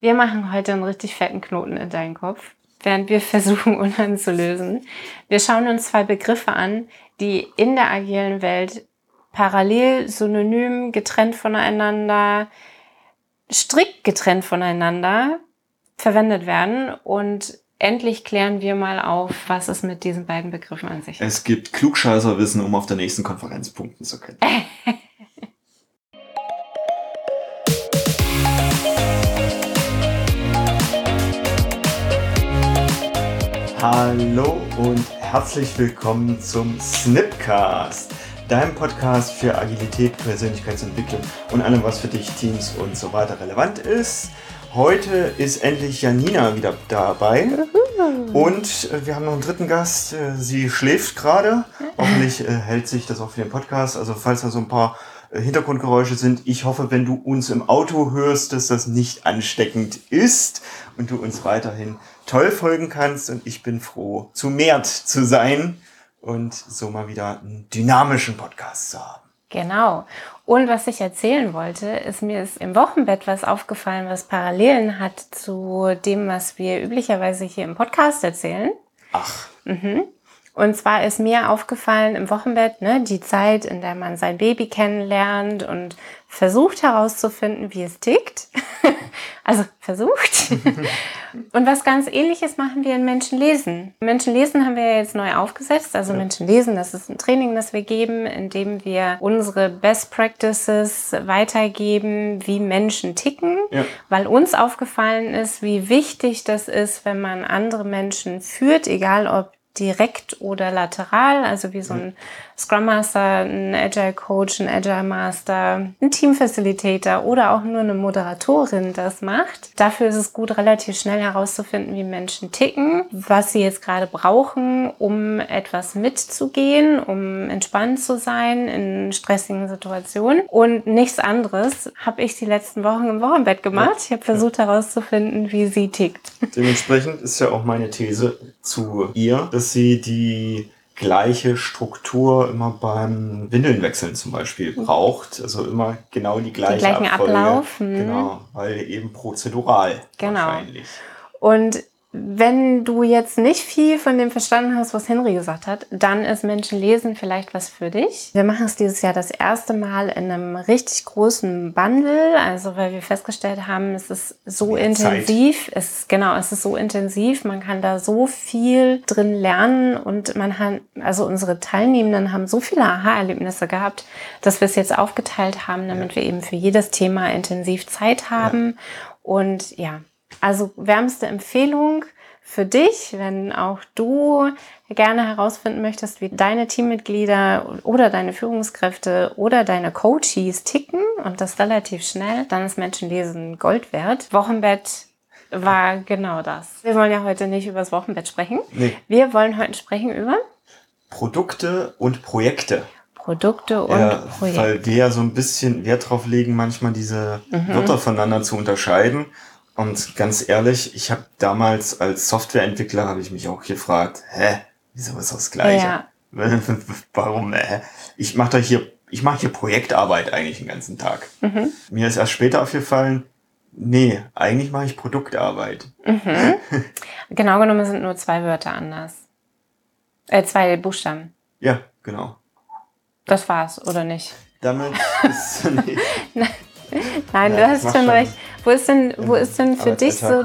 Wir machen heute einen richtig fetten Knoten in deinen Kopf, während wir versuchen, Unheimlich zu lösen. Wir schauen uns 2 Begriffe an, die in der agilen Welt parallel, synonym, getrennt voneinander, strikt getrennt voneinander verwendet werden. Und endlich klären wir mal auf, was es mit diesen beiden Begriffen an sich hat. Es gibt Klugscheißerwissen, um auf der nächsten Konferenz punkten zu können. Hallo und herzlich willkommen zum Snipcast, deinem Podcast für Agilität, Persönlichkeitsentwicklung und allem, was für dich, Teams und so weiter relevant ist. Heute ist endlich Janina wieder dabei und wir haben noch einen dritten Gast. Sie schläft gerade. Hoffentlich hält sich das auch für den Podcast. Also falls da so ein paar Hintergrundgeräusche sind, ich hoffe, wenn du uns im Auto hörst, dass das nicht ansteckend ist und du uns weiterhin toll folgen kannst. Und ich bin froh, zu mehrt zu sein und so mal wieder einen dynamischen Podcast zu haben. Genau. Und was ich erzählen wollte, ist, mir ist im Wochenbett was aufgefallen, was Parallelen hat zu dem, was wir üblicherweise hier im Podcast erzählen. Ach. Und zwar ist mir aufgefallen im Wochenbett, die Zeit, in der man sein Baby kennenlernt und versucht herauszufinden, wie es tickt. Also versucht. Und was ganz Ähnliches machen wir in Menschenlesen. Menschenlesen haben wir ja jetzt neu aufgesetzt. Also Menschenlesen, das ist ein Training, das wir geben, in dem wir unsere Best Practices weitergeben, wie Menschen ticken. Ja. Weil uns aufgefallen ist, wie wichtig das ist, wenn man andere Menschen führt, egal ob direkt oder lateral, also wie so ein Scrum Master, ein Agile Coach, ein Agile Master, ein Team Facilitator oder auch nur eine Moderatorin das macht. Dafür ist es gut, relativ schnell herauszufinden, wie Menschen ticken, was sie jetzt gerade brauchen, um etwas mitzugehen, um entspannt zu sein in stressigen Situationen. Und nichts anderes habe ich die letzten Wochen im Wochenbett gemacht. Ich habe versucht herauszufinden, wie sie tickt. Dementsprechend ist ja auch meine These zu ihr, dass sie die gleiche Struktur immer beim Windelnwechseln zum Beispiel braucht. Also immer genau die gleiche Abfolge. Ablauf. Genau, weil eben prozedural wahrscheinlich. Und wenn du jetzt nicht viel von dem verstanden hast, was Henry gesagt hat, dann ist Menschenlesen vielleicht was für dich. Wir machen es dieses Jahr das erste Mal in einem richtig großen Bundle, also weil wir festgestellt haben, es ist so intensiv. Es ist so intensiv, man kann da so viel drin lernen und also unsere Teilnehmenden haben so viele Aha-Erlebnisse gehabt, dass wir es jetzt aufgeteilt haben, damit wir eben für jedes Thema intensiv Zeit haben. Und also wärmste Empfehlung für dich, wenn auch du gerne herausfinden möchtest, wie deine Teammitglieder oder deine Führungskräfte oder deine Coaches ticken und das relativ schnell, dann ist Menschenlesen Gold wert. Wochenbett war genau das. Wir wollen ja heute nicht über das Wochenbett sprechen. Nee. Wir wollen heute sprechen über Produkte und Projekte. Produkte und Projekte. Weil wir ja so ein bisschen Wert drauf legen, manchmal diese Wörter voneinander zu unterscheiden. Und ganz ehrlich, ich habe damals als Softwareentwickler, habe ich mich auch gefragt, wieso ist das Gleiche? Ja. Warum? Ich mache hier Projektarbeit eigentlich den ganzen Tag. Mir ist erst später aufgefallen, nee, eigentlich mache ich Produktarbeit. Genau genommen sind nur 2 Wörter anders. 2 Buchstaben. Ja, genau. Das war's, oder nicht? Damit ist Nein, du hast schon recht. Wo ist denn für dich so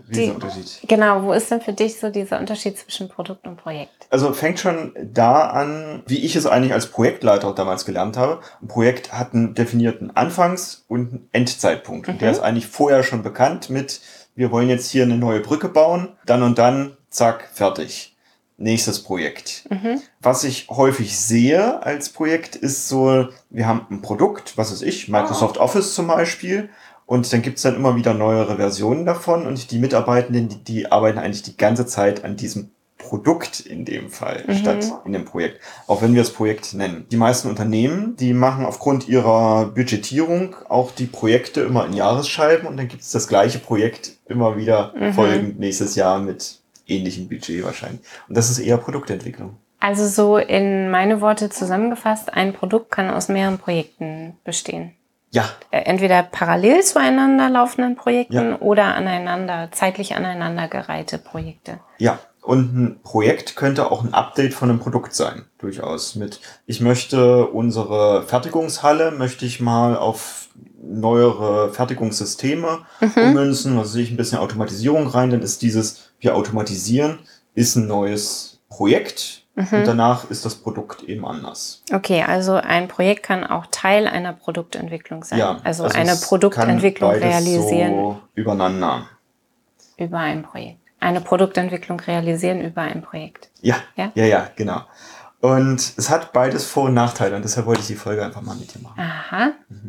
wo ist denn für dich so dieser Unterschied zwischen Produkt und Projekt? Also fängt schon da an, wie ich es eigentlich als Projektleiter damals gelernt habe. Ein Projekt hat einen definierten Anfangs- und einen Endzeitpunkt. Und der ist eigentlich vorher schon bekannt mit, wir wollen jetzt hier eine neue Brücke bauen, dann und dann, zack, fertig. Nächstes Projekt. Was ich häufig sehe als Projekt ist so, wir haben ein Produkt, was weiß ich, Microsoft Office zum Beispiel, und dann gibt's dann immer wieder neuere Versionen davon und die Mitarbeitenden, die arbeiten eigentlich die ganze Zeit an diesem Produkt in dem Fall, statt in dem Projekt. Auch wenn wir es Projekt nennen. Die meisten Unternehmen, die machen aufgrund ihrer Budgetierung auch die Projekte immer in Jahresscheiben und dann gibt's das gleiche Projekt immer wieder folgend nächstes Jahr mit ähnlichem Budget wahrscheinlich. Und das ist eher Produktentwicklung. Also so in meine Worte zusammengefasst, ein Produkt kann aus mehreren Projekten bestehen. Ja. Entweder parallel zueinander laufenden Projekten oder zeitlich aneinandergereihte Projekte. Ja. Und ein Projekt könnte auch ein Update von einem Produkt sein, durchaus. Ich möchte unsere Fertigungshalle, mal auf neuere Fertigungssysteme ummünzen, also sehe ich ein bisschen Automatisierung rein, dann ist wir automatisieren, ist ein neues Projekt und danach ist das Produkt eben anders. Okay, also ein Projekt kann auch Teil einer Produktentwicklung sein. Ja, also eine Produktentwicklung realisieren. So übereinander. Über ein Projekt. Eine Produktentwicklung realisieren über ein Projekt. Ja, genau. Und es hat beides Vor- und Nachteile und deshalb wollte ich die Folge einfach mal mit dir machen. Aha.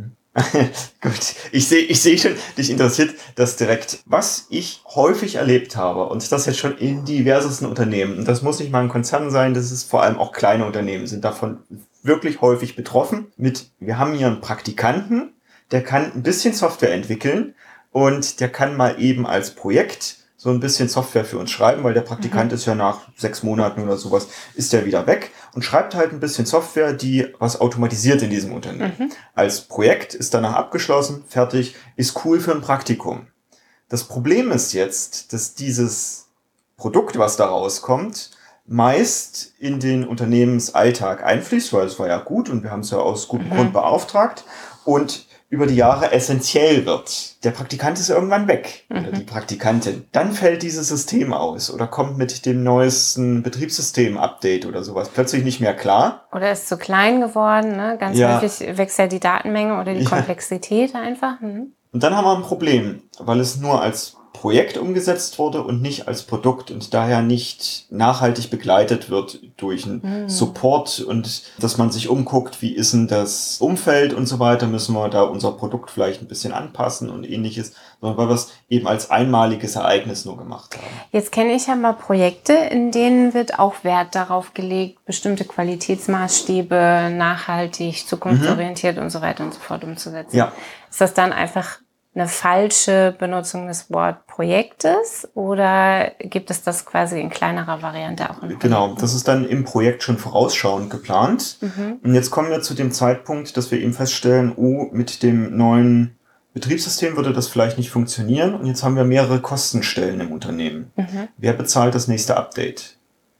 Gut, ich sehe schon, dich interessiert das direkt. Was ich häufig erlebt habe, und das jetzt schon in diversesten Unternehmen, und das muss nicht mal ein Konzern sein, das ist vor allem auch kleine Unternehmen, sind davon wirklich häufig betroffen. Wir haben hier einen Praktikanten, der kann ein bisschen Software entwickeln und der kann mal eben als Projekt so ein bisschen Software für uns schreiben, weil der Praktikant ist ja nach 6 Monaten oder sowas, ist der wieder weg und schreibt halt ein bisschen Software, die was automatisiert in diesem Unternehmen. Als Projekt ist danach abgeschlossen, fertig, ist cool für ein Praktikum. Das Problem ist jetzt, dass dieses Produkt, was da rauskommt, meist in den Unternehmensalltag einfließt, weil es war ja gut und wir haben es ja aus gutem Grund beauftragt und über die Jahre essentiell wird. Der Praktikant ist irgendwann weg oder die Praktikantin. Dann fällt dieses System aus oder kommt mit dem neuesten Betriebssystem-Update oder sowas plötzlich nicht mehr klar. Oder ist zu klein geworden. Ne? Ganz häufig wächst ja die Datenmenge oder die Komplexität einfach. Und dann haben wir ein Problem, weil es nur als Projekt umgesetzt wurde und nicht als Produkt und daher nicht nachhaltig begleitet wird durch einen Support und dass man sich umguckt, wie ist denn das Umfeld und so weiter, müssen wir da unser Produkt vielleicht ein bisschen anpassen und ähnliches, sondern weil wir es eben als einmaliges Ereignis nur gemacht haben. Jetzt kenne ich ja mal Projekte, in denen wird auch Wert darauf gelegt, bestimmte Qualitätsmaßstäbe nachhaltig, zukunftsorientiert und so weiter und so fort umzusetzen. Ja. Ist das dann einfach eine falsche Benutzung des Wort Projektes oder gibt es das quasi in kleinerer Variante auch in Projekten? Genau, das ist dann im Projekt schon vorausschauend geplant. Und jetzt kommen wir zu dem Zeitpunkt, dass wir eben feststellen, mit dem neuen Betriebssystem würde das vielleicht nicht funktionieren und jetzt haben wir mehrere Kostenstellen im Unternehmen. Wer bezahlt das nächste Update?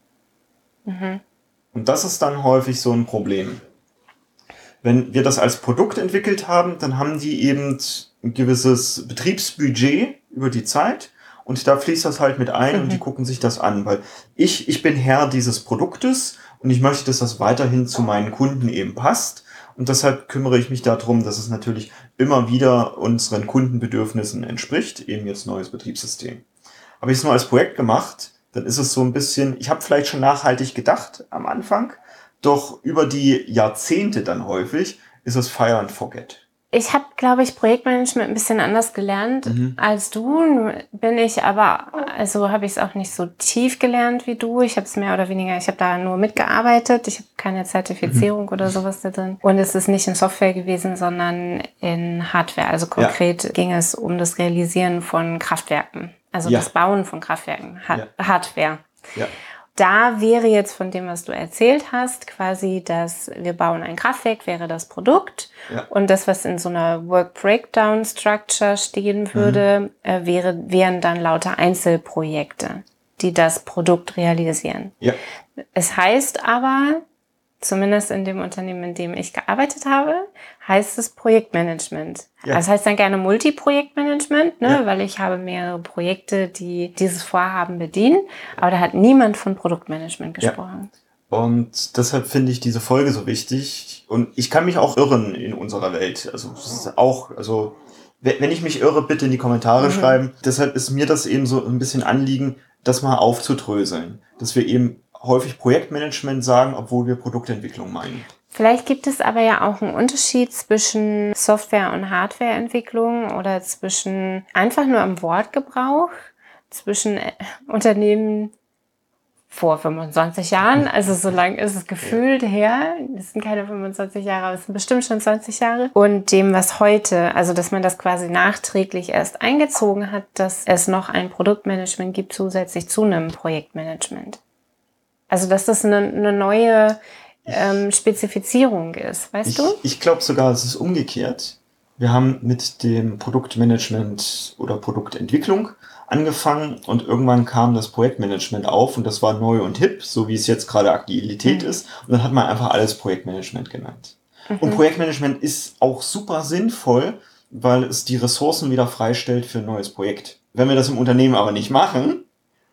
Und das ist dann häufig so ein Problem. Wenn wir das als Produkt entwickelt haben, dann haben die eben ein gewisses Betriebsbudget über die Zeit und da fließt das halt mit ein und die gucken sich das an, weil ich bin Herr dieses Produktes und ich möchte, dass das weiterhin zu meinen Kunden eben passt und deshalb kümmere ich mich darum, dass es natürlich immer wieder unseren Kundenbedürfnissen entspricht, eben jetzt neues Betriebssystem. Habe ich es nur als Projekt gemacht, dann ist es so ein bisschen, ich habe vielleicht schon nachhaltig gedacht am Anfang, doch über die Jahrzehnte dann häufig ist es Fire and Forget. Ich habe, glaube ich, Projektmanagement ein bisschen anders gelernt als du. Bin ich aber, also habe ich es auch nicht so tief gelernt wie du. Ich habe es mehr oder weniger, ich habe da nur mitgearbeitet. Ich habe keine Zertifizierung oder sowas da drin. Und es ist nicht in Software gewesen, sondern in Hardware. Also konkret ging es um das Realisieren von Kraftwerken. Also das Bauen von Kraftwerken, Hardware. Ja. Da wäre jetzt von dem, was du erzählt hast, quasi, dass wir bauen ein Kraftwerk, wäre das Produkt. Ja. Und das, was in so einer Work Breakdown Structure stehen würde, wären dann lauter Einzelprojekte, die das Produkt realisieren. Ja. Es heißt aber, zumindest in dem Unternehmen, in dem ich gearbeitet habe, heißt es Projektmanagement. Ja. Das heißt dann gerne Multiprojektmanagement, ne? Weil ich habe mehrere Projekte, die dieses Vorhaben bedienen. Aber da hat niemand von Produktmanagement gesprochen. Ja. Und deshalb finde ich diese Folge so wichtig. Und ich kann mich auch irren in unserer Welt. Wenn ich mich irre, bitte in die Kommentare schreiben. Deshalb ist mir das eben so ein bisschen Anliegen, das mal aufzudröseln. Dass wir eben häufig Projektmanagement sagen, obwohl wir Produktentwicklung meinen. Vielleicht gibt es aber ja auch einen Unterschied zwischen Software- und Hardwareentwicklung oder zwischen einfach nur im Wortgebrauch, zwischen Unternehmen vor 25 Jahren, also so lang ist es gefühlt her, das sind keine 25 Jahre, aber es sind bestimmt schon 20 Jahre, und dem, was heute, also dass man das quasi nachträglich erst eingezogen hat, dass es noch ein Produktmanagement gibt, zusätzlich zu einem Projektmanagement. Also dass das eine neue Spezifizierung ist, weißt du? Ich glaube sogar, es ist umgekehrt. Wir haben mit dem Produktmanagement oder Produktentwicklung angefangen und irgendwann kam das Projektmanagement auf und das war neu und hip, so wie es jetzt gerade Agilität ist. Und dann hat man einfach alles Projektmanagement genannt. Und Projektmanagement ist auch super sinnvoll, weil es die Ressourcen wieder freistellt für ein neues Projekt. Wenn wir das im Unternehmen aber nicht machen,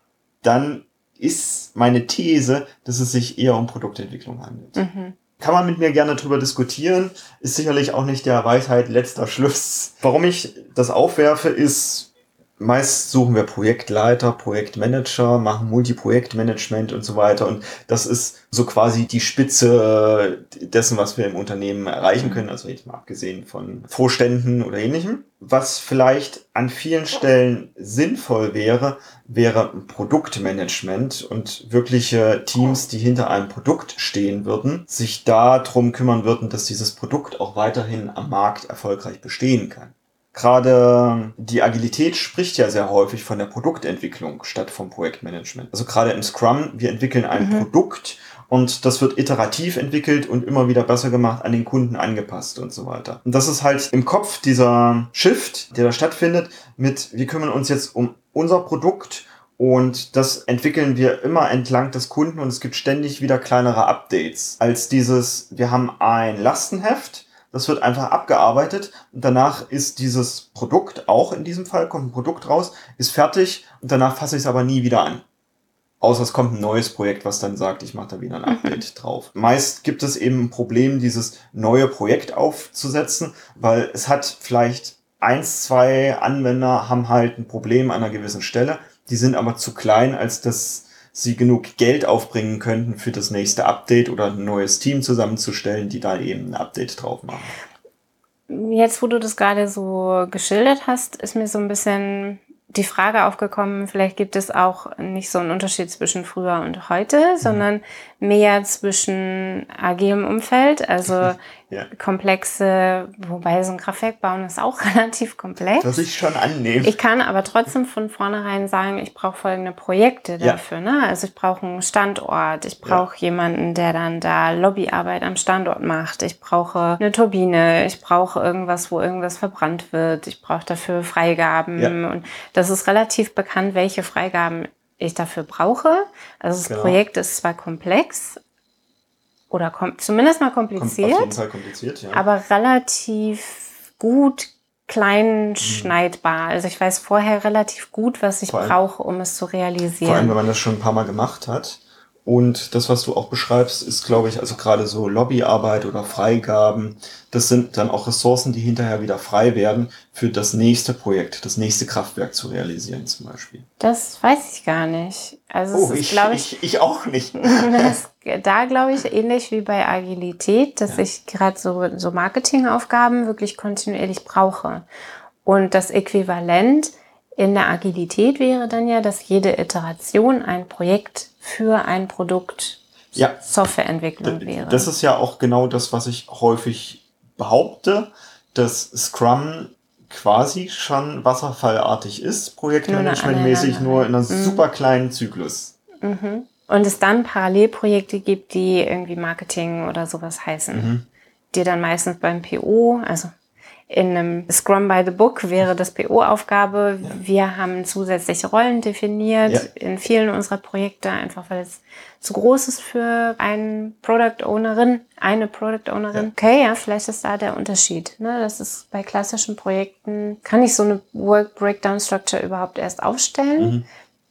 dann ist meine These, dass es sich eher um Produktentwicklung handelt. Kann man mit mir gerne drüber diskutieren, ist sicherlich auch nicht der Weisheit letzter Schluss. Warum ich das aufwerfe, ist, meist suchen wir Projektleiter, Projektmanager, machen Multiprojektmanagement und so weiter. Und das ist so quasi die Spitze dessen, was wir im Unternehmen erreichen können. Also jetzt mal abgesehen von Vorständen oder Ähnlichem. Was vielleicht an vielen Stellen sinnvoll wäre ein Produktmanagement und wirkliche Teams, die hinter einem Produkt stehen würden, sich darum kümmern würden, dass dieses Produkt auch weiterhin am Markt erfolgreich bestehen kann. Gerade die Agilität spricht ja sehr häufig von der Produktentwicklung statt vom Projektmanagement. Also gerade im Scrum, wir entwickeln ein Produkt und das wird iterativ entwickelt und immer wieder besser gemacht, an den Kunden angepasst und so weiter. Und das ist halt im Kopf dieser Shift, der da stattfindet, mit wir kümmern uns jetzt um unser Produkt und das entwickeln wir immer entlang des Kunden und es gibt ständig wieder kleinere Updates. Als dieses, wir haben ein Lastenheft, das wird einfach abgearbeitet und danach ist dieses Produkt, auch in diesem Fall kommt ein Produkt raus, ist fertig und danach fasse ich es aber nie wieder an. Außer es kommt ein neues Projekt, was dann sagt, ich mache da wieder ein Update drauf. Meist gibt es eben ein Problem, dieses neue Projekt aufzusetzen, weil es hat vielleicht 1, 2 Anwender haben halt ein Problem an einer gewissen Stelle. Die sind aber zu klein, als dass sie genug Geld aufbringen könnten für das nächste Update oder ein neues Team zusammenzustellen, die da eben ein Update drauf machen. Jetzt, wo du das gerade so geschildert hast, ist mir so ein bisschen die Frage aufgekommen, vielleicht gibt es auch nicht so einen Unterschied zwischen früher und heute, sondern mehr zwischen agilem Umfeld, also komplexe, wobei so ein Kraftwerk bauen ist auch relativ komplex. Das ich schon annehme. Ich kann aber trotzdem von vornherein sagen, ich brauche folgende Projekte dafür. Ne? Also ich brauche einen Standort, ich brauche jemanden, der dann da Lobbyarbeit am Standort macht, ich brauche eine Turbine, ich brauche irgendwas, wo irgendwas verbrannt wird, ich brauche dafür Freigaben und das ist relativ bekannt, welche Freigaben ich dafür brauche. Also das Projekt ist zwar komplex oder zumindest mal kompliziert, Kommt auf jeden Fall kompliziert, aber relativ gut kleinschneidbar. Also ich weiß vorher relativ gut, was ich brauche, um es zu realisieren. Vor allem, wenn man das schon ein paar Mal gemacht hat. Und das, was du auch beschreibst, ist, glaube ich, also gerade so Lobbyarbeit oder Freigaben, das sind dann auch Ressourcen, die hinterher wieder frei werden für das nächste Projekt, das nächste Kraftwerk zu realisieren zum Beispiel. Das weiß ich gar nicht. Also es ist, glaube ich auch nicht. Da glaube ich ähnlich wie bei Agilität, dass ich gerade so Marketingaufgaben wirklich kontinuierlich brauche. Und das Äquivalent in der Agilität wäre dann ja, dass jede Iteration ein Projekt für ein Produkt Softwareentwicklung wäre. Das ist ja auch genau das, was ich häufig behaupte, dass Scrum quasi schon wasserfallartig ist, projektmanagementmäßig, nur in einem super kleinen Zyklus. Und es dann Parallelprojekte gibt, die irgendwie Marketing oder sowas heißen, die dann meistens beim PO, also in einem Scrum by the Book wäre das PO-Aufgabe. Wir haben zusätzliche Rollen definiert in vielen unserer Projekte, einfach weil es zu groß ist für eine Product Ownerin. Okay, vielleicht ist da der Unterschied. Ne? Das ist bei klassischen Projekten, kann ich so eine Work Breakdown Structure überhaupt erst aufstellen.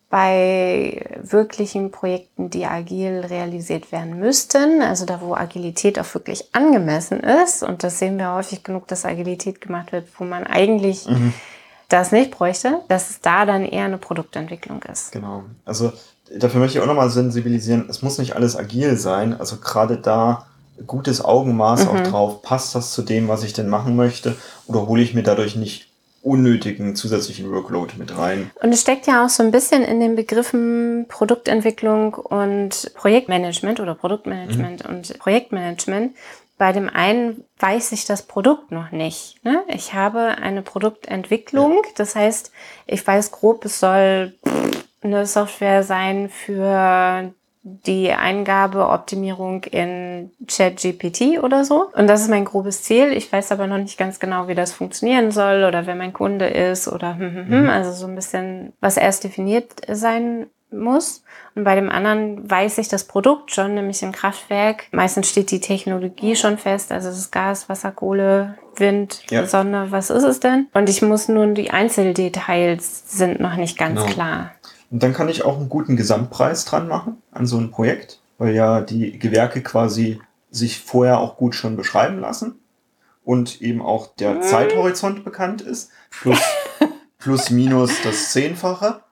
Bei wirklichen Projekten, die agil realisiert werden müssten, also da, wo Agilität auch wirklich angemessen ist, und das sehen wir häufig genug, dass Agilität gemacht wird, wo man eigentlich das nicht bräuchte, dass es da dann eher eine Produktentwicklung ist. Genau, also dafür möchte ich auch nochmal sensibilisieren, es muss nicht alles agil sein, also gerade da gutes Augenmaß auch drauf, passt das zu dem, was ich denn machen möchte, oder hole ich mir dadurch nicht unnötigen zusätzlichen Workload mit rein. Und es steckt ja auch so ein bisschen in den Begriffen Produktentwicklung und Projektmanagement oder Produktmanagement und Projektmanagement. Bei dem einen weiß ich das Produkt noch nicht. Ne? Ich habe eine Produktentwicklung, das heißt, ich weiß grob, es soll eine Software sein für die Eingabeoptimierung in ChatGPT oder so. Und das ist mein grobes Ziel. Ich weiß aber noch nicht ganz genau, wie das funktionieren soll oder wer mein Kunde ist oder also so ein bisschen, was erst definiert sein muss. Und bei dem anderen weiß ich das Produkt schon, nämlich im Kraftwerk. Meistens steht die Technologie schon fest, also das ist Gas, Wasser, Kohle, Wind, Sonne, was ist es denn? Und ich muss nun, die Einzeldetails sind noch nicht ganz klar. Und dann kann ich auch einen guten Gesamtpreis dran machen an so ein Projekt, weil ja die Gewerke quasi sich vorher auch gut schon beschreiben lassen und eben auch der Zeithorizont bekannt ist, plus minus das 10-fache.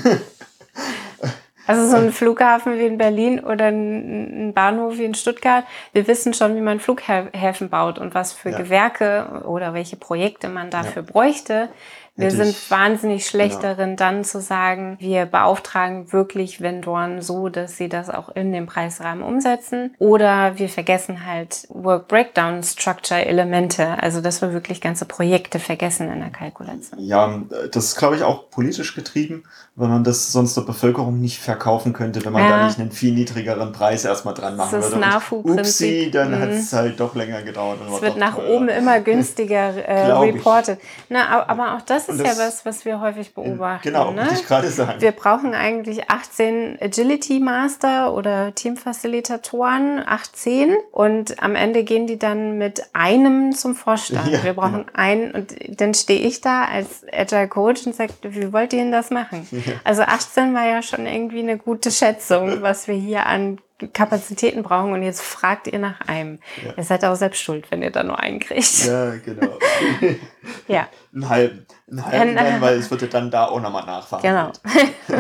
Also so ein Flughafen wie in Berlin oder ein Bahnhof wie in Stuttgart. Wir wissen schon, wie man Flughäfen baut und was für Gewerke oder welche Projekte man dafür bräuchte. Wir sind wahnsinnig schlecht darin, dann zu sagen, wir beauftragen wirklich Vendoren so, dass sie das auch in dem Preisrahmen umsetzen. Oder wir vergessen halt Work Breakdown Structure Elemente. Also dass wir wirklich ganze Projekte vergessen in der Kalkulation. Ja, das ist, glaube ich, auch politisch getrieben, weil man das sonst der Bevölkerung nicht verkaufen könnte, wenn man da nicht einen viel niedrigeren Preis erstmal dran machen würde. Das NAFU-Prinzip. Upsi, dann hat es halt doch länger gedauert. Es wird nach oben immer günstiger reported. Na, aber auch das ist ja was wir häufig beobachten. Genau, wollte ich gerade sagen. Wir brauchen eigentlich 18 Agility Master oder Teamfacilitatoren, 18. Und am Ende gehen die dann mit einem zum Vorstand. Wir brauchen einen und dann stehe ich da als Agile Coach und sage, wie wollt ihr denn das machen? Also 18 war ja schon irgendwie eine gute Schätzung, was wir hier an Kapazitäten brauchen und jetzt fragt ihr nach einem. Ihr seid auch selbst schuld, wenn ihr da nur einen kriegt. Ja, genau. Ja. Einen halben dann, weil es wird ja dann da auch nochmal nachverhandelt. Genau.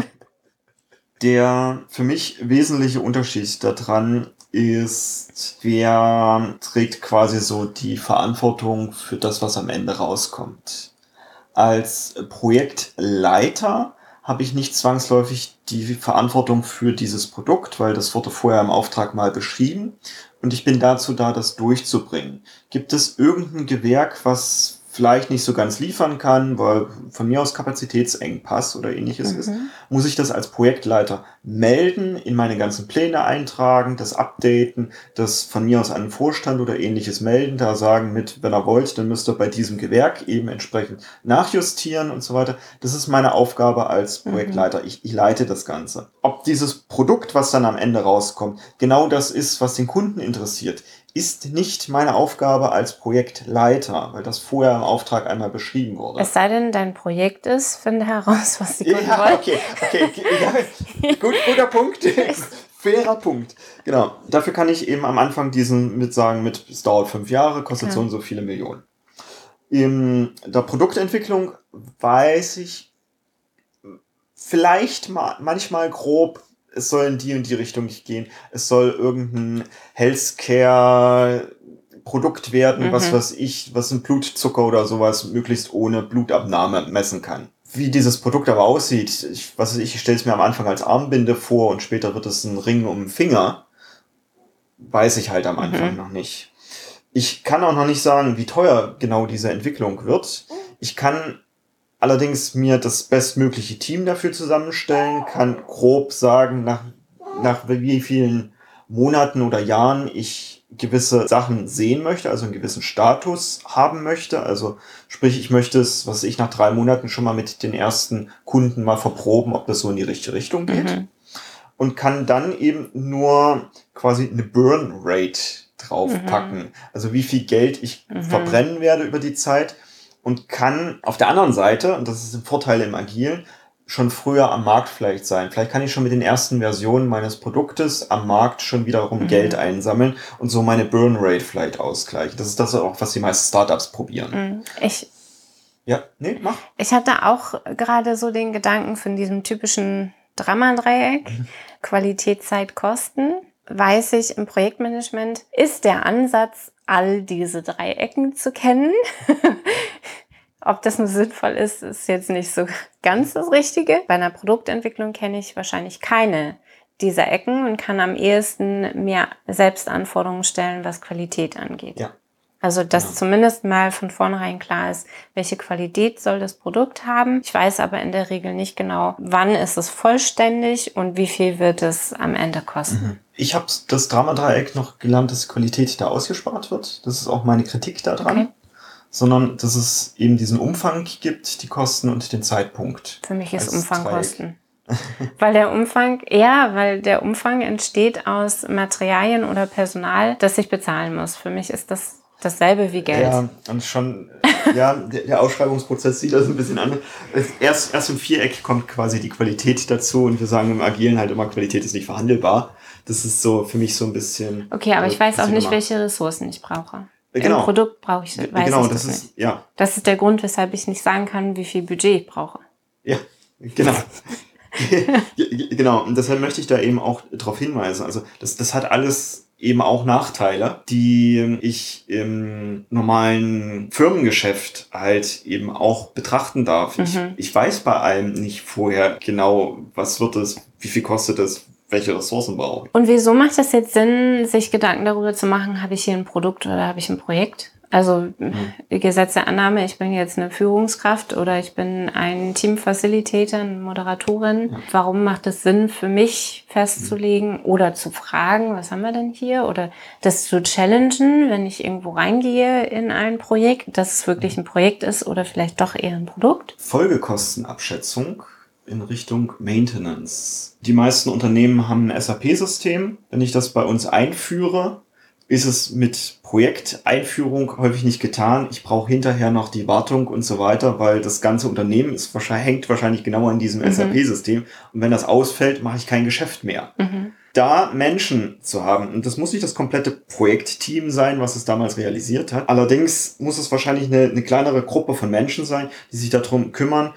Der für mich wesentliche Unterschied daran ist, wer trägt quasi so die Verantwortung für das, was am Ende rauskommt. Als Projektleiter habe ich nicht zwangsläufig die Verantwortung für dieses Produkt, weil das wurde vorher im Auftrag mal beschrieben und ich bin dazu da, das durchzubringen. Gibt es irgendein Gewerk, was vielleicht nicht so ganz liefern kann, weil von mir aus Kapazitätsengpass oder ähnliches ist, muss ich das als Projektleiter melden, in meine ganzen Pläne eintragen, das updaten, das von mir aus an den Vorstand oder ähnliches melden, da sagen mit, wenn ihr wollt, dann müsst ihr bei diesem Gewerk eben entsprechend nachjustieren und so weiter. Das ist meine Aufgabe als Projektleiter. Ich leite das Ganze. Ob dieses Produkt, was dann am Ende rauskommt, genau das ist, was den Kunden interessiert, ist nicht meine Aufgabe als Projektleiter, weil das vorher im Auftrag einmal beschrieben wurde. Es sei denn, dein Projekt ist, finde heraus, was die Kunden wollen. Okay. Ja, guter Punkt. Fairer Punkt. Genau. Dafür kann ich eben am Anfang diesen sagen, es dauert 5 Jahre, kostet so und so viele Millionen. In der Produktentwicklung weiß ich vielleicht manchmal grob, es soll in die und die Richtung gehen. Es soll irgendein Healthcare-Produkt werden, was ein Blutzucker oder sowas möglichst ohne Blutabnahme messen kann. Wie dieses Produkt aber aussieht, ich stelle es mir am Anfang als Armbinde vor und später wird es ein Ring um den Finger, weiß ich halt am Anfang noch nicht. Ich kann auch noch nicht sagen, wie teuer genau diese Entwicklung wird. Ich kann allerdings mir das bestmögliche Team dafür zusammenstellen, kann grob sagen, nach wie vielen Monaten oder Jahren ich gewisse Sachen sehen möchte, also einen gewissen Status haben möchte. Also sprich, ich möchte es, nach 3 Monaten schon mal mit den ersten Kunden mal verproben, ob das so in die richtige Richtung geht. Und kann dann eben nur quasi eine Burn Rate draufpacken. Also wie viel Geld ich verbrennen werde über die Zeit. Und kann auf der anderen Seite, und das ist ein Vorteil im Agilen, schon früher am Markt vielleicht sein. Vielleicht kann ich schon mit den ersten Versionen meines Produktes am Markt schon wiederum Geld einsammeln und so meine Burn Rate vielleicht ausgleichen. Das ist das auch, was die meisten Startups probieren. Mach. Ich hatte auch gerade so den Gedanken von diesem typischen Drama-Dreieck, Qualität, Zeit, Kosten. Weiß ich, im Projektmanagement ist der Ansatz, all diese Dreiecken zu kennen. Ob das nur sinnvoll ist, ist jetzt nicht so ganz das Richtige. Bei einer Produktentwicklung kenne ich wahrscheinlich keine dieser Ecken und kann am ehesten mehr Selbstanforderungen stellen, was Qualität angeht. Ja. Also, dass zumindest mal von vornherein klar ist, welche Qualität soll das Produkt haben. Ich weiß aber in der Regel nicht genau, wann ist es vollständig und wie viel wird es am Ende kosten. Ich habe das Dramadreieck noch gelernt, dass Qualität da ausgespart wird. Das ist auch meine Kritik daran. Okay. Sondern dass es eben diesen Umfang gibt, die Kosten und den Zeitpunkt. Für mich ist als Umfang Dreieck. Kosten. Weil der Umfang entsteht aus Materialien oder Personal, das ich bezahlen muss. Für mich ist das dasselbe wie Geld. Ja, und schon, der Ausschreibungsprozess sieht das ein bisschen anders. Erst im Viereck kommt quasi die Qualität dazu und wir sagen im Agilen halt immer, Qualität ist nicht verhandelbar. Das ist so für mich so ein bisschen... Okay, aber ich weiß auch nicht, welche Ressourcen ich brauche. Genau. Im Produkt brauche ich, weiß genau, ich das ist, nicht. Ja. Das ist der Grund, weshalb ich nicht sagen kann, wie viel Budget ich brauche. Ja, genau. Genau, und deshalb möchte ich da eben auch darauf hinweisen. Also das hat alles eben auch Nachteile, die ich im normalen Firmengeschäft halt eben auch betrachten darf. Ich weiß bei allem nicht vorher genau, was wird es, wie viel kostet es, welche Ressourcen brauche ich. Und wieso macht es jetzt Sinn, sich Gedanken darüber zu machen, habe ich hier ein Produkt oder habe ich ein Projekt? Also Gesetz der Annahme, ich bin jetzt eine Führungskraft oder ich bin ein Team-Facilitator, eine Moderatorin. Ja. Warum macht es Sinn für mich festzulegen oder zu fragen, was haben wir denn hier? Oder das zu challengen, wenn ich irgendwo reingehe in ein Projekt, dass es wirklich ein Projekt ist oder vielleicht doch eher ein Produkt? Folgekostenabschätzung in Richtung Maintenance. Die meisten Unternehmen haben ein SAP-System. Wenn ich das bei uns einführe, ist es mit Projekteinführung häufig nicht getan. Ich brauche hinterher noch die Wartung und so weiter, weil das ganze Unternehmen hängt wahrscheinlich genau an diesem SAP-System. Und wenn das ausfällt, mache ich kein Geschäft mehr. Da Menschen zu haben, und das muss nicht das komplette Projektteam sein, was es damals realisiert hat. Allerdings muss es wahrscheinlich eine kleinere Gruppe von Menschen sein, die sich darum kümmern,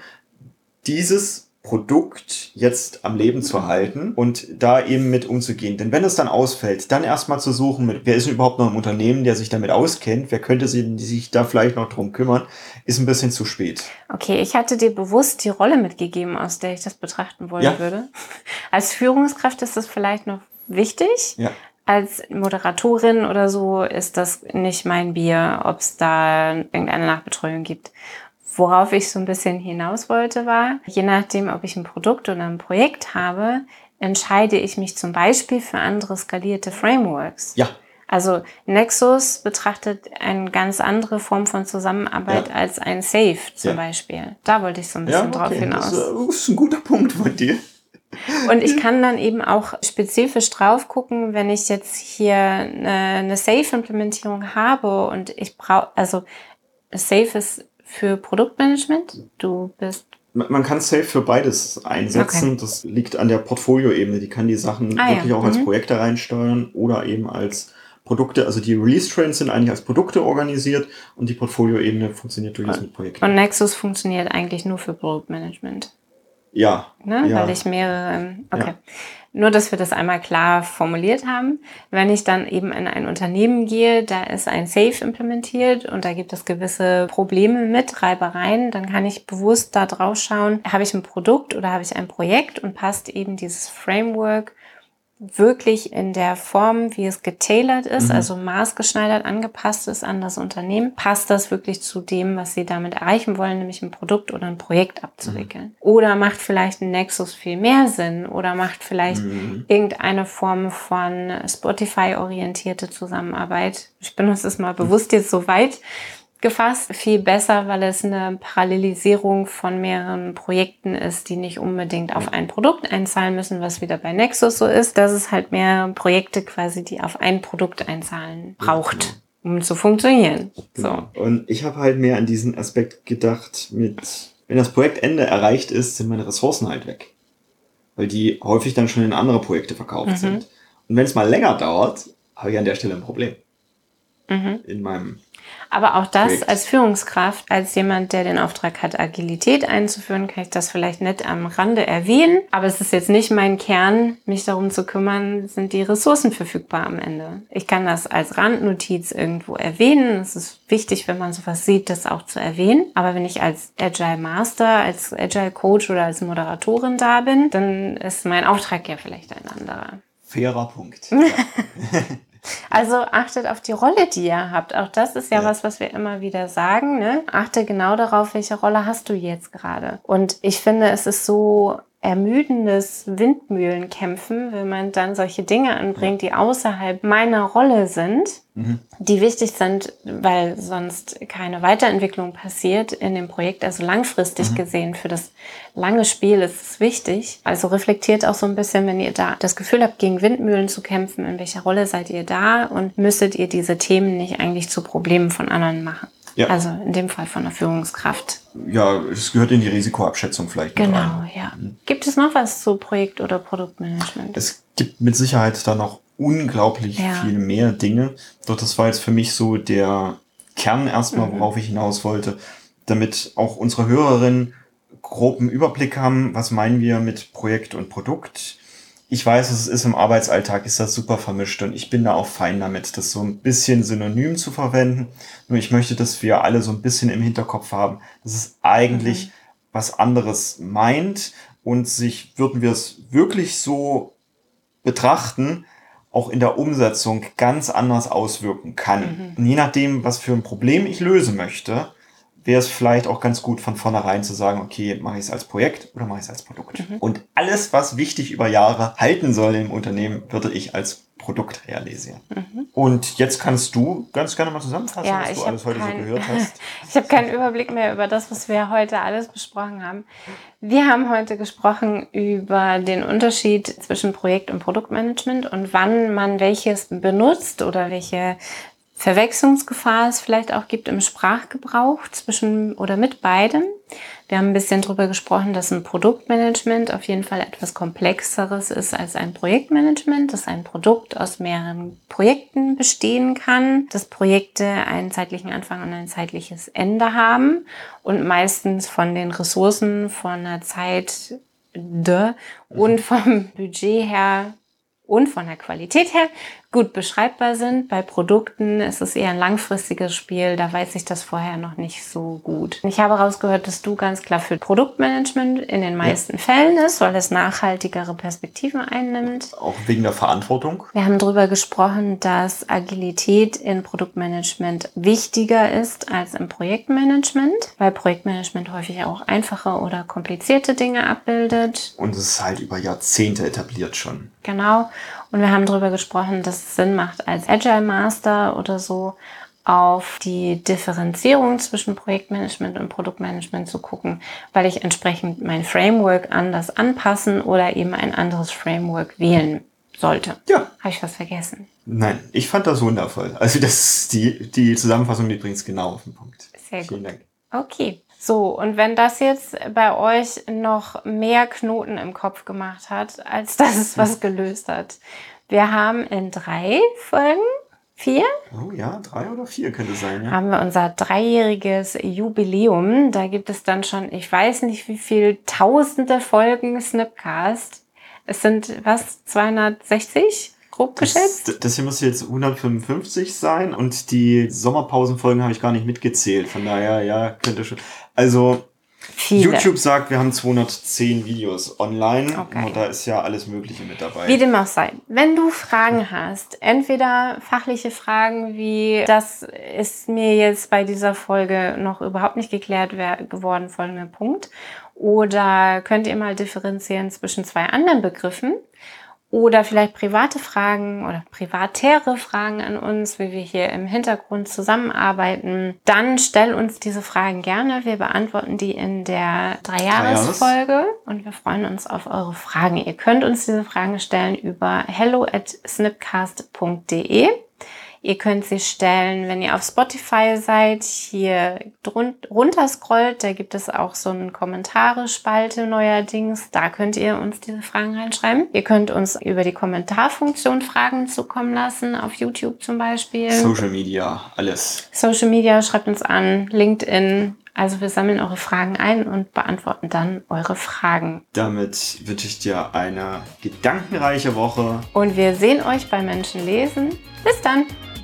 dieses Produkt jetzt am Leben zu halten und da eben mit umzugehen. Denn wenn es dann ausfällt, dann erstmal zu suchen, wer ist denn überhaupt noch im Unternehmen, der sich damit auskennt, wer könnte sich da vielleicht noch drum kümmern, ist ein bisschen zu spät. Okay, ich hatte dir bewusst die Rolle mitgegeben, aus der ich das betrachten wollen würde. Als Führungskraft ist das vielleicht noch wichtig. Ja. Als Moderatorin oder so ist das nicht mein Bier, ob es da irgendeine Nachbetreuung gibt. Worauf ich so ein bisschen hinaus wollte, war, je nachdem, ob ich ein Produkt oder ein Projekt habe, entscheide ich mich zum Beispiel für andere skalierte Frameworks. Ja. Also Nexus betrachtet eine ganz andere Form von Zusammenarbeit als ein Safe zum Beispiel. Da wollte ich so ein bisschen drauf hinaus. Das ist ein guter Punkt von dir. Und ich kann dann eben auch spezifisch drauf gucken, wenn ich jetzt hier eine Safe-Implementierung habe und ich brauche, also Safe ist für Produktmanagement. Man kann Safe für beides einsetzen. Okay. Das liegt an der Portfolioebene. Die kann die Sachen wirklich auch als Projekte reinsteuern oder eben als Produkte. Also die Release-Trains sind eigentlich als Produkte organisiert und die Portfolioebene funktioniert durchaus mit Projekten. Und Nexus funktioniert eigentlich nur für Produktmanagement. Ja. Ne? Ja. Weil ich mehrere... Okay. Ja. Nur, dass wir das einmal klar formuliert haben. Wenn ich dann eben in ein Unternehmen gehe, da ist ein Safe implementiert und da gibt es gewisse Probleme mit, Reibereien, dann kann ich bewusst da drauf schauen, habe ich ein Produkt oder habe ich ein Projekt und passt eben dieses Framework wirklich in der Form, wie es getailert ist, also maßgeschneidert angepasst ist an das Unternehmen, passt das wirklich zu dem, was sie damit erreichen wollen, nämlich ein Produkt oder ein Projekt abzuwickeln. Oder macht vielleicht ein Nexus viel mehr Sinn oder macht vielleicht irgendeine Form von Spotify-orientierte Zusammenarbeit. Ich benutze es mal bewusst jetzt so weit gefasst, viel besser, weil es eine Parallelisierung von mehreren Projekten ist, die nicht unbedingt auf ein Produkt einzahlen müssen, was wieder bei Nexus so ist, dass es halt mehr Projekte quasi, die auf ein Produkt einzahlen, braucht, um zu funktionieren. Genau. So. Und ich habe halt mehr an diesen Aspekt gedacht wenn das Projektende erreicht ist, sind meine Ressourcen halt weg. Weil die häufig dann schon in andere Projekte verkauft sind. Und wenn es mal länger dauert, habe ich an der Stelle ein Problem. In meinem Aber auch das Projekt. Als Führungskraft, als jemand, der den Auftrag hat, Agilität einzuführen, kann ich das vielleicht nicht am Rande erwähnen. Aber es ist jetzt nicht mein Kern, mich darum zu kümmern, sind die Ressourcen verfügbar am Ende. Ich kann das als Randnotiz irgendwo erwähnen. Es ist wichtig, wenn man sowas sieht, das auch zu erwähnen. Aber wenn ich als Agile Master, als Agile Coach oder als Moderatorin da bin, dann ist mein Auftrag ja vielleicht ein anderer. Fairer Punkt. Ja. Also achtet auf die Rolle, die ihr habt. Auch das ist ja was wir immer wieder sagen. Ne? Achte genau darauf, welche Rolle hast du jetzt gerade. Und ich finde, es ist so ermüdendes Windmühlenkämpfen, wenn man dann solche Dinge anbringt, die außerhalb meiner Rolle sind, die wichtig sind, weil sonst keine Weiterentwicklung passiert in dem Projekt. Also langfristig gesehen, für das lange Spiel ist es wichtig. Also reflektiert auch so ein bisschen, wenn ihr da das Gefühl habt, gegen Windmühlen zu kämpfen, in welcher Rolle seid ihr da und müsstet ihr diese Themen nicht eigentlich zu Problemen von anderen machen. Ja. Also in dem Fall von der Führungskraft. Ja, es gehört in die Risikoabschätzung vielleicht. Genau, ja. Gibt es noch was zu Projekt- oder Produktmanagement? Es gibt mit Sicherheit da noch unglaublich viel mehr Dinge. Doch das war jetzt für mich so der Kern erstmal, worauf ich hinaus wollte, damit auch unsere Hörerinnen groben Überblick haben, was meinen wir mit Projekt und Produkt. Ich weiß, es ist im Arbeitsalltag, ist das super vermischt und ich bin da auch fein damit, das so ein bisschen synonym zu verwenden. Nur ich möchte, dass wir alle so ein bisschen im Hinterkopf haben, dass es eigentlich was anderes meint und würden wir es wirklich so betrachten, auch in der Umsetzung ganz anders auswirken kann. Und je nachdem, was für ein Problem ich lösen möchte, wäre es vielleicht auch ganz gut von vornherein zu sagen, okay, mache ich es als Projekt oder mache ich es als Produkt. Und alles, was wichtig über Jahre halten soll im Unternehmen, würde ich als Produkt realisieren. Und jetzt kannst du ganz gerne mal zusammenfassen, was du alles heute so gehört hast. Ich habe keinen Überblick mehr über das, was wir heute alles besprochen haben. Wir haben heute gesprochen über den Unterschied zwischen Projekt- und Produktmanagement und wann man welches benutzt oder welche Verwechslungsgefahr es vielleicht auch gibt im Sprachgebrauch zwischen oder mit beidem. Wir haben ein bisschen drüber gesprochen, dass ein Produktmanagement auf jeden Fall etwas Komplexeres ist als ein Projektmanagement, dass ein Produkt aus mehreren Projekten bestehen kann, dass Projekte einen zeitlichen Anfang und ein zeitliches Ende haben und meistens von den Ressourcen, von der Zeit und vom Budget her und von der Qualität her gut beschreibbar sind. Bei Produkten ist es eher ein langfristiges Spiel, da weiß ich das vorher noch nicht so gut. Ich habe rausgehört, dass du ganz klar für Produktmanagement in den meisten Fällen ist, weil es nachhaltigere Perspektiven einnimmt. Auch wegen der Verantwortung. Wir haben darüber gesprochen, dass Agilität in Produktmanagement wichtiger ist als im Projektmanagement, weil Projektmanagement häufig auch einfache oder komplizierte Dinge abbildet. Und es ist halt über Jahrzehnte etabliert schon. Genau. Und wir haben darüber gesprochen, dass es Sinn macht, als Agile Master oder so auf die Differenzierung zwischen Projektmanagement und Produktmanagement zu gucken, weil ich entsprechend mein Framework anders anpassen oder eben ein anderes Framework wählen sollte. Ja. Habe ich was vergessen? Nein, ich fand das wundervoll. Also die Zusammenfassung, die bringt es genau auf den Punkt. Sehr gut. Vielen Dank. Okay. So, und wenn das jetzt bei euch noch mehr Knoten im Kopf gemacht hat, als dass es was gelöst hat. Wir haben in 3 Folgen, 4? Oh ja, 3 oder 4 könnte es sein, ja. Haben wir unser 3-jähriges Jubiläum. Da gibt es dann schon, ich weiß nicht wie viel, tausende Folgen Snipcast. Es sind, 260? Grob geschätzt? Das hier muss jetzt 155 sein und die Sommerpausenfolgen habe ich gar nicht mitgezählt. Von daher, ja, könnte schon. Also, viele. YouTube sagt, wir haben 210 Videos online. Okay. Und da ist ja alles Mögliche mit dabei. Wie dem auch sei. Wenn du Fragen hast, entweder fachliche Fragen wie, das ist mir jetzt bei dieser Folge noch überhaupt nicht geklärt geworden, folgender Punkt. Oder könnt ihr mal differenzieren zwischen 2 anderen Begriffen. Oder vielleicht private Fragen oder privatäre Fragen an uns, wie wir hier im Hintergrund zusammenarbeiten, dann stell uns diese Fragen gerne. Wir beantworten die in der 3-Jahres-Folge und wir freuen uns auf eure Fragen. Ihr könnt uns diese Fragen stellen über hello@snipcast.de. Ihr könnt sie stellen, wenn ihr auf Spotify seid, hier runter scrollt, da gibt es auch so eine Kommentare-Spalte neuerdings. Da könnt ihr uns diese Fragen reinschreiben. Ihr könnt uns über die Kommentarfunktion Fragen zukommen lassen, auf YouTube zum Beispiel. Social Media, alles. Social Media, schreibt uns an, LinkedIn. Also wir sammeln eure Fragen ein und beantworten dann eure Fragen. Damit wünsche ich dir eine gedankenreiche Woche. Und wir sehen euch bei Menschen lesen. Bis dann!